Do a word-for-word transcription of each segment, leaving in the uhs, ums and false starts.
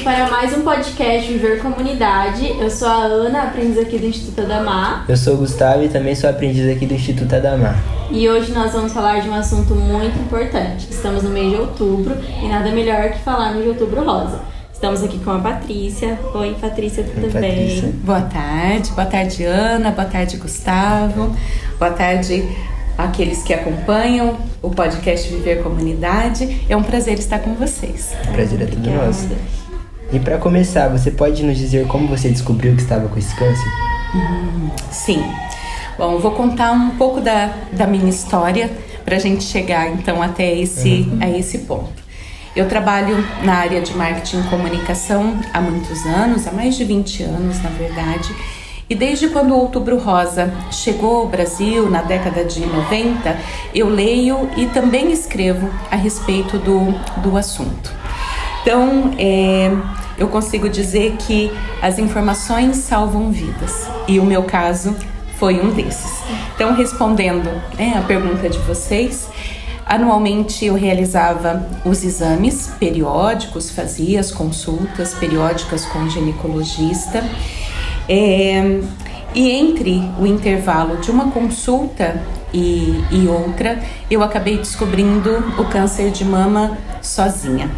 para mais um podcast Viver Comunidade. Eu sou a Ana, aprendiz aqui do Instituto Adamar. Eu sou o Gustavo e também sou aprendiz aqui do Instituto Adamar. E hoje nós vamos falar de um assunto muito importante. Estamos no mês de outubro e nada melhor que falarmos de Outubro Rosa. Estamos aqui com a Patrícia. Oi, Patrícia, tudo Oi, Patrícia. bem? Boa tarde, boa tarde, Ana, boa tarde, Gustavo, boa tarde àqueles que acompanham o podcast Viver Comunidade. É um prazer estar com vocês. O prazer é tudo nosso. E para começar, você pode nos dizer como você descobriu que estava com esse câncer? Hum, sim. Bom, eu vou contar um pouco da, da minha história para a gente chegar então até esse, uhum. a esse ponto. Eu trabalho na área de marketing e comunicação há muitos anos, há mais de vinte anos, na verdade. E desde quando o Outubro Rosa chegou ao Brasil, na década de noventa, eu leio e também escrevo a respeito do, do assunto. Então, é, eu consigo dizer que as informações salvam vidas. E o meu caso foi um desses. Então, respondendo é, a pergunta de vocês, anualmente eu realizava os exames periódicos, fazia as consultas periódicas com o ginecologista. É, e entre o intervalo de uma consulta e, e outra, eu acabei descobrindo o câncer de mama sozinha.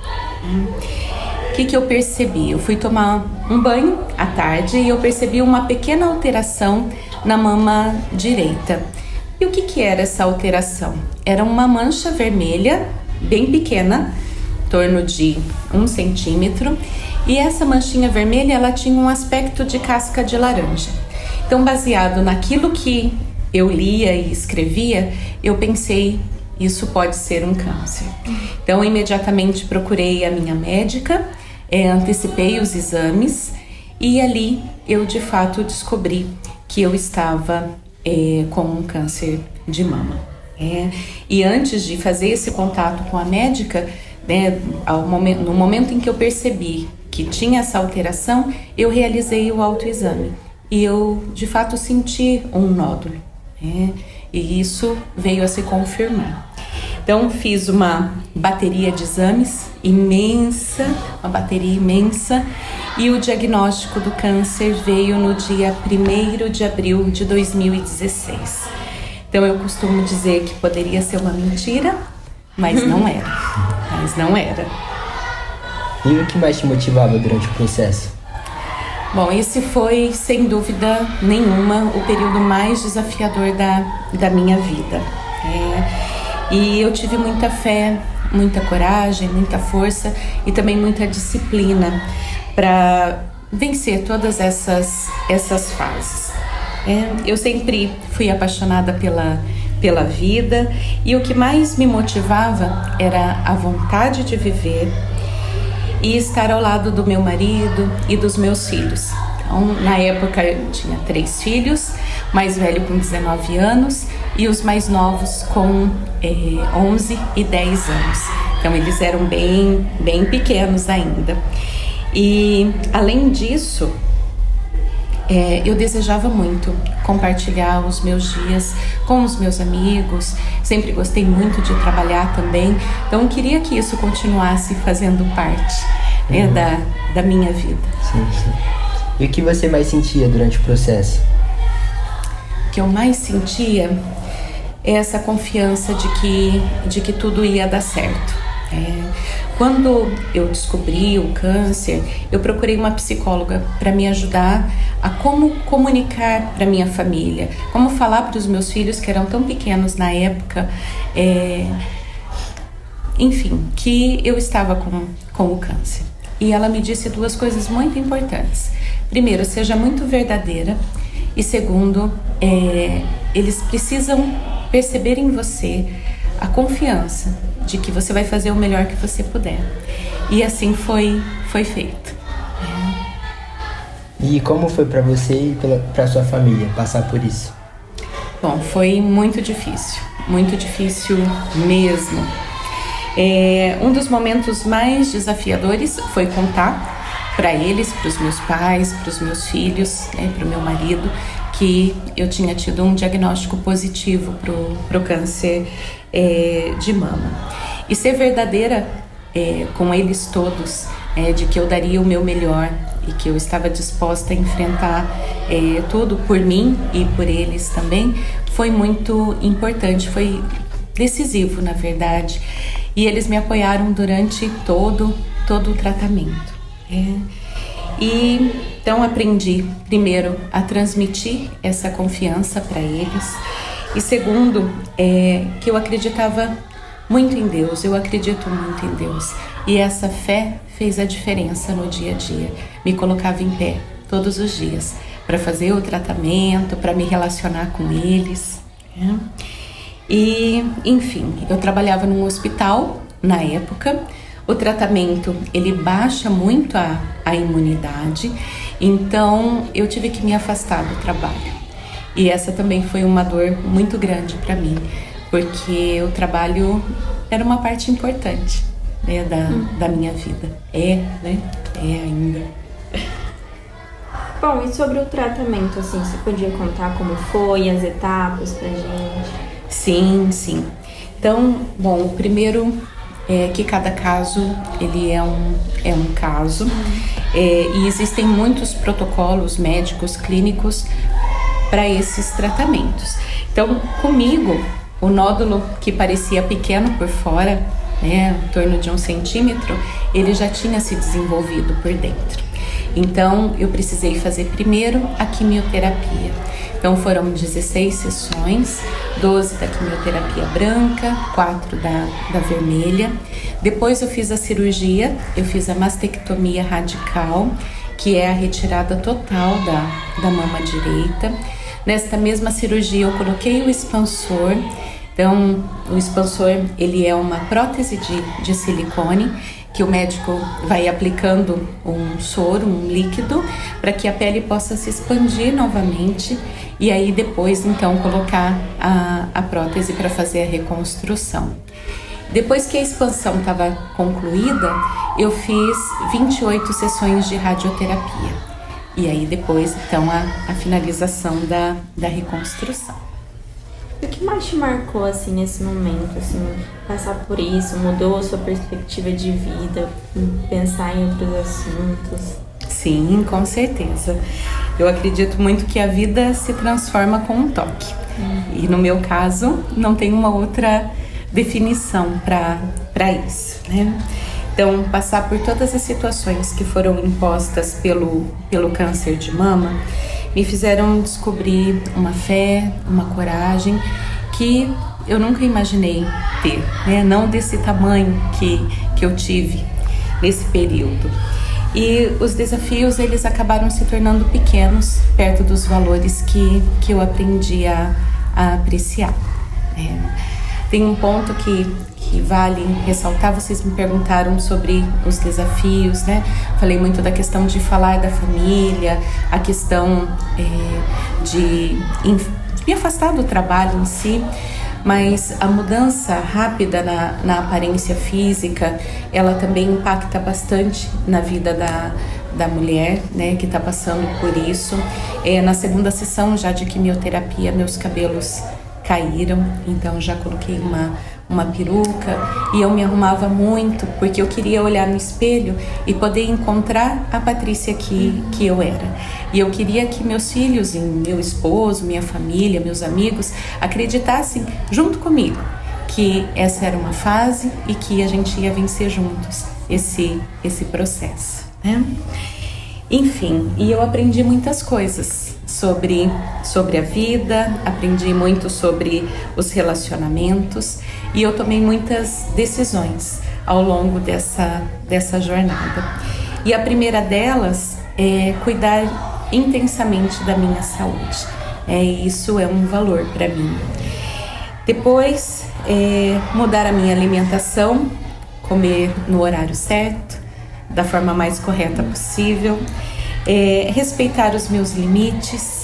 O que que eu percebi? Eu fui tomar um banho à tarde e eu percebi uma pequena alteração na mama direita. E o que que era essa alteração? Era uma mancha vermelha, bem pequena, em torno de um centímetro, e essa manchinha vermelha, ela tinha um aspecto de casca de laranja. Então, baseado naquilo que eu lia e escrevia, eu pensei, isso pode ser um câncer. Então, imediatamente procurei a minha médica, é, antecipei os exames, e ali eu, de fato, descobri que eu estava é, com um câncer de mama. É. E antes de fazer esse contato com a médica, né, ao momento, no momento em que eu percebi que tinha essa alteração, eu realizei o autoexame e eu de fato senti um nódulo, né? E isso veio a se confirmar. Então fiz uma bateria de exames imensa, uma bateria imensa, e o diagnóstico do câncer veio no dia primeiro de abril de dois mil e dezesseis. Então eu costumo dizer que poderia ser uma mentira, mas não era, mas não era. E o que mais te motivava durante o processo? Bom, esse foi, sem dúvida nenhuma, o período mais desafiador da, da minha vida. É, e eu tive muita fé, muita coragem, muita força e também muita disciplina para vencer todas essas, essas fases. É, eu sempre fui apaixonada pela, pela vida e o que mais me motivava era a vontade de viver e estar ao lado do meu marido e dos meus filhos. Então, na época eu tinha três filhos, mais velho com dezenove anos e os mais novos com é, onze e dez anos. Então eles eram bem, bem pequenos ainda. E além disso, é, eu desejava muito compartilhar os meus dias com os meus amigos, sempre gostei muito de trabalhar também, então eu queria que isso continuasse fazendo parte né, uhum. da, da minha vida. Sim, sim. E o que você mais sentia durante o processo? O que eu mais sentia é essa confiança de que, de que tudo ia dar certo. É, quando eu descobri o câncer, eu procurei uma psicóloga para me ajudar a como comunicar para minha família, como falar para os meus filhos que eram tão pequenos na época, é, enfim, que eu estava com, com o câncer. E ela me disse duas coisas muito importantes. Primeiro, seja muito verdadeira, e segundo, é, eles precisam perceber em você a confiança de que você vai fazer o melhor que você puder. E assim foi, foi feito. É. E como foi para você e para sua família passar por isso? Bom, foi muito difícil, muito difícil mesmo. É, um dos momentos mais desafiadores foi contar para eles, para os meus pais, para os meus filhos, né, para o meu marido, que eu tinha tido um diagnóstico positivo para o câncer é, de mama. E ser verdadeira é, com eles todos é, de que eu daria o meu melhor e que eu estava disposta a enfrentar é, tudo por mim e por eles também, foi muito importante, foi decisivo, na verdade. E eles me apoiaram durante todo, todo o tratamento. É. E então aprendi, primeiro, a transmitir essa confiança para eles. E segundo, é, que eu acreditava muito em Deus, eu acredito muito em Deus. E essa fé fez a diferença no dia a dia. Me colocava em pé todos os dias para fazer o tratamento, para me relacionar com eles. Né? E, enfim, eu trabalhava num hospital na época. O tratamento, ele baixa muito a, a imunidade, então eu tive que me afastar do trabalho. E essa também foi uma dor muito grande para mim, porque o trabalho era uma parte importante, né, da, hum. da minha vida. É, né? É ainda. Bom, e sobre o tratamento, assim, você podia contar como foi, as etapas pra gente? Sim, sim. Então, bom, o primeiro é que cada caso, ele é um, é um caso. Hum. É, e existem muitos protocolos médicos, clínicos para esses tratamentos. Então, comigo, o nódulo que parecia pequeno por fora, né, em torno de um centímetro, ele já tinha se desenvolvido por dentro. Então, eu precisei fazer primeiro a quimioterapia. Então, foram dezesseis sessões, doze da quimioterapia branca, quatro da, da vermelha. Depois eu fiz a cirurgia, eu fiz a mastectomia radical, que é a retirada total da, da mama direita. Nesta mesma cirurgia eu coloquei o expansor. Então, o expansor, ele é uma prótese de, de silicone que o médico vai aplicando um soro, um líquido, para que a pele possa se expandir novamente e aí depois, então, colocar a, a prótese para fazer a reconstrução. Depois que a expansão estava concluída, eu fiz vinte e oito sessões de radioterapia. E aí depois, então, a, a finalização da, da reconstrução. O que mais te marcou, assim, nesse momento, assim, passar por isso? Mudou a sua perspectiva de vida, pensar em outros assuntos? Sim, com certeza. Eu acredito muito que a vida se transforma com um toque. Hum. E no meu caso, não tem uma outra definição para isso, né? Então, passar por todas as situações que foram impostas pelo, pelo câncer de mama me fizeram descobrir uma fé, uma coragem que eu nunca imaginei ter, né? Não desse tamanho que, que eu tive nesse período. E os desafios, eles acabaram se tornando pequenos perto dos valores que, que eu aprendi a, a apreciar. É. Tem um ponto que, que vale ressaltar, vocês me perguntaram sobre os desafios, né? Falei muito da questão de falar da família, a questão é, de me afastar do trabalho em si, mas a mudança rápida na, na aparência física, ela também impacta bastante na vida da, da mulher, né, que está passando por isso. É, na segunda sessão já de quimioterapia, meus cabelos caíram, então já coloquei uma, uma peruca e eu me arrumava muito porque eu queria olhar no espelho e poder encontrar a Patrícia que, que eu era. E eu queria que meus filhos, meu esposo, minha família, meus amigos acreditassem junto comigo que essa era uma fase e que a gente ia vencer juntos esse, esse processo, né? Enfim, e eu aprendi muitas coisas sobre, sobre a vida, aprendi muito sobre os relacionamentos e eu tomei muitas decisões ao longo dessa, dessa jornada. E a primeira delas é cuidar intensamente da minha saúde. É, isso é um valor para mim. Depois, é, mudar a minha alimentação, comer no horário certo, da forma mais correta possível, é, respeitar os meus limites,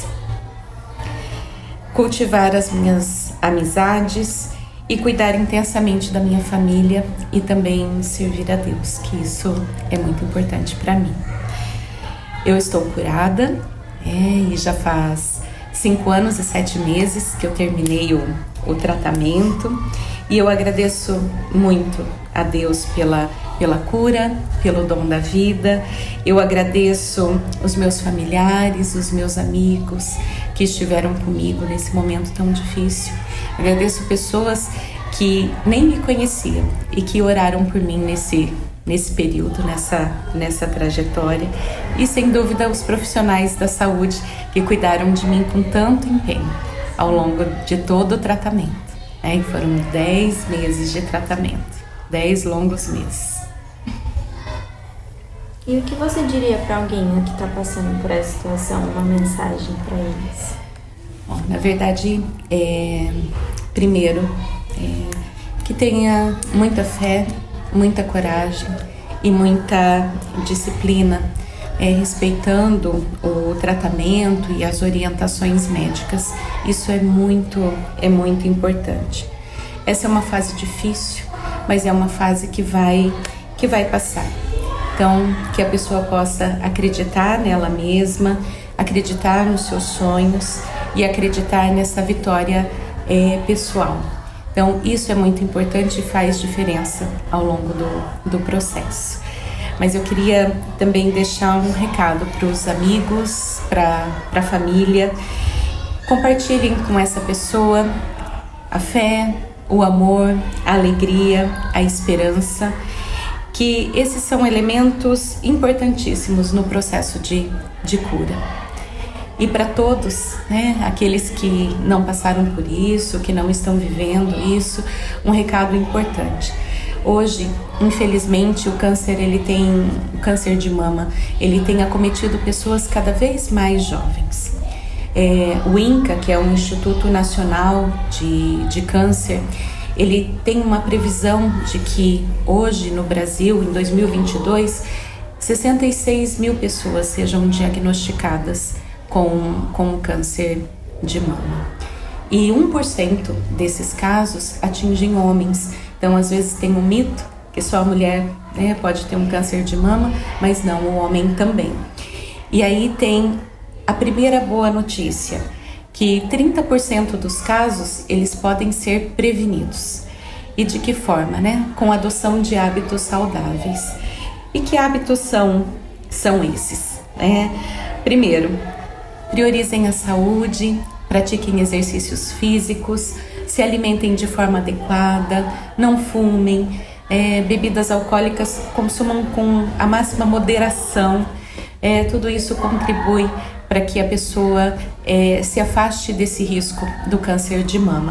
cultivar as minhas amizades e cuidar intensamente da minha família e também servir a Deus, que isso é muito importante para mim. Eu estou curada, é, e já faz cinco anos e sete meses que eu terminei o, o tratamento e eu agradeço muito a Deus pela pela cura, pelo dom da vida. Eu agradeço os meus familiares, os meus amigos que estiveram comigo nesse momento tão difícil. Agradeço pessoas que nem me conheciam e que oraram por mim nesse, nesse período, nessa, nessa trajetória. E sem dúvida os profissionais da saúde que cuidaram de mim com tanto empenho ao longo de todo o tratamento. É, foram dez meses de tratamento, dez longos meses. E o que você diria para alguém que está passando por essa situação, uma mensagem para eles? Bom, na verdade, é, primeiro, é, que tenha muita fé, muita coragem e muita disciplina, é, respeitando o tratamento e as orientações médicas. Isso é muito, é muito importante. Essa é uma fase difícil, mas é uma fase que vai, que vai passar. Então, que a pessoa possa acreditar nela mesma, acreditar nos seus sonhos e acreditar nessa vitória é, pessoal. Então, isso é muito importante e faz diferença ao longo do, do processo. Mas eu queria também deixar um recado para os amigos, para a família. Compartilhem com essa pessoa a fé, o amor, a alegria, a esperança, que esses são elementos importantíssimos no processo de, de cura. E para todos, né, aqueles que não passaram por isso, que não estão vivendo isso, um recado importante. Hoje, infelizmente, o câncer, ele tem, o câncer de mama, ele tem acometido pessoas cada vez mais jovens. É, o INCA, que é o Instituto Nacional de, de Câncer, ele tem uma previsão de que hoje no Brasil, em dois mil e vinte e dois, sessenta e seis mil pessoas sejam diagnosticadas com, com câncer de mama. E um por cento desses casos atingem homens. Então, às vezes tem um mito que só a mulher, né, pode ter um câncer de mama, mas não, o homem também. E aí tem a primeira boa notícia, que trinta por cento dos casos, eles podem ser prevenidos. E de que forma, né? Com a adoção de hábitos saudáveis. E que hábitos são, são esses, né? Primeiro, priorizem a saúde, pratiquem exercícios físicos, se alimentem de forma adequada, não fumem, é, bebidas alcoólicas consumam com a máxima moderação. É, tudo isso contribui para que a pessoa é, se afaste desse risco do câncer de mama.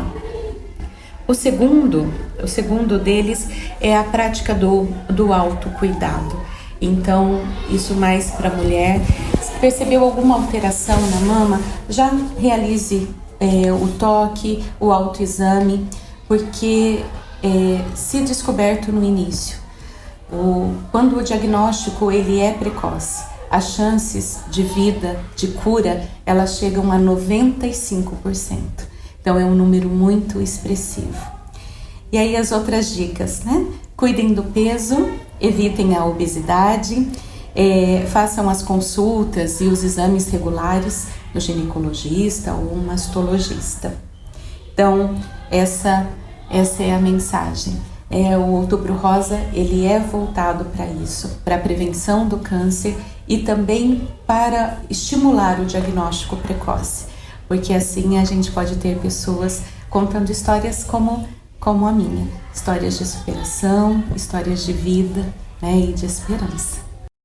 O segundo, o segundo deles é a prática do, do autocuidado. Então, isso mais para a mulher. Se percebeu alguma alteração na mama, já realize é, o toque, o autoexame, porque é, se descoberto no início, o, quando o diagnóstico ele é precoce, as chances de vida, de cura, elas chegam a noventa e cinco por cento. Então é um número muito expressivo. E aí as outras dicas, né? Cuidem do peso, evitem a obesidade, é, façam as consultas e os exames regulares no ginecologista ou um mastologista. Então essa, essa é a mensagem. É, o Outubro Rosa, ele é voltado para isso, para a prevenção do câncer e também para estimular o diagnóstico precoce, porque assim a gente pode ter pessoas contando histórias como, como a minha, histórias de superação, histórias de vida, né, e de esperança.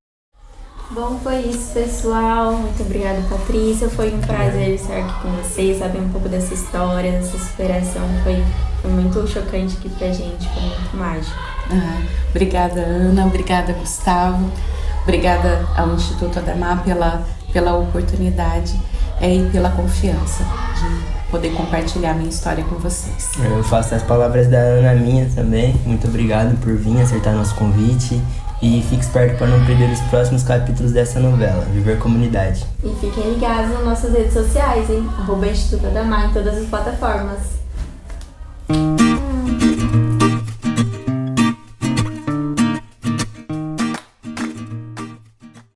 Bom, foi isso, pessoal. Muito obrigada, Patrícia. Foi um prazer estar aqui com vocês, saber um pouco dessa história, dessa superação. Foi, foi muito chocante aqui pra gente, foi muito mágico. Ah, obrigada, Ana. Obrigada, Gustavo. Obrigada ao Instituto Adamar pela, pela oportunidade é, e pela confiança de poder compartilhar minha história com vocês. Eu faço as palavras da Ana minha também. Muito obrigado por vir acertar nosso convite. E fique esperto para não perder os próximos capítulos dessa novela, Viver Comunidade. E fiquem ligados nas nossas redes sociais, hein? Arroba Instituto Adamar em todas as plataformas.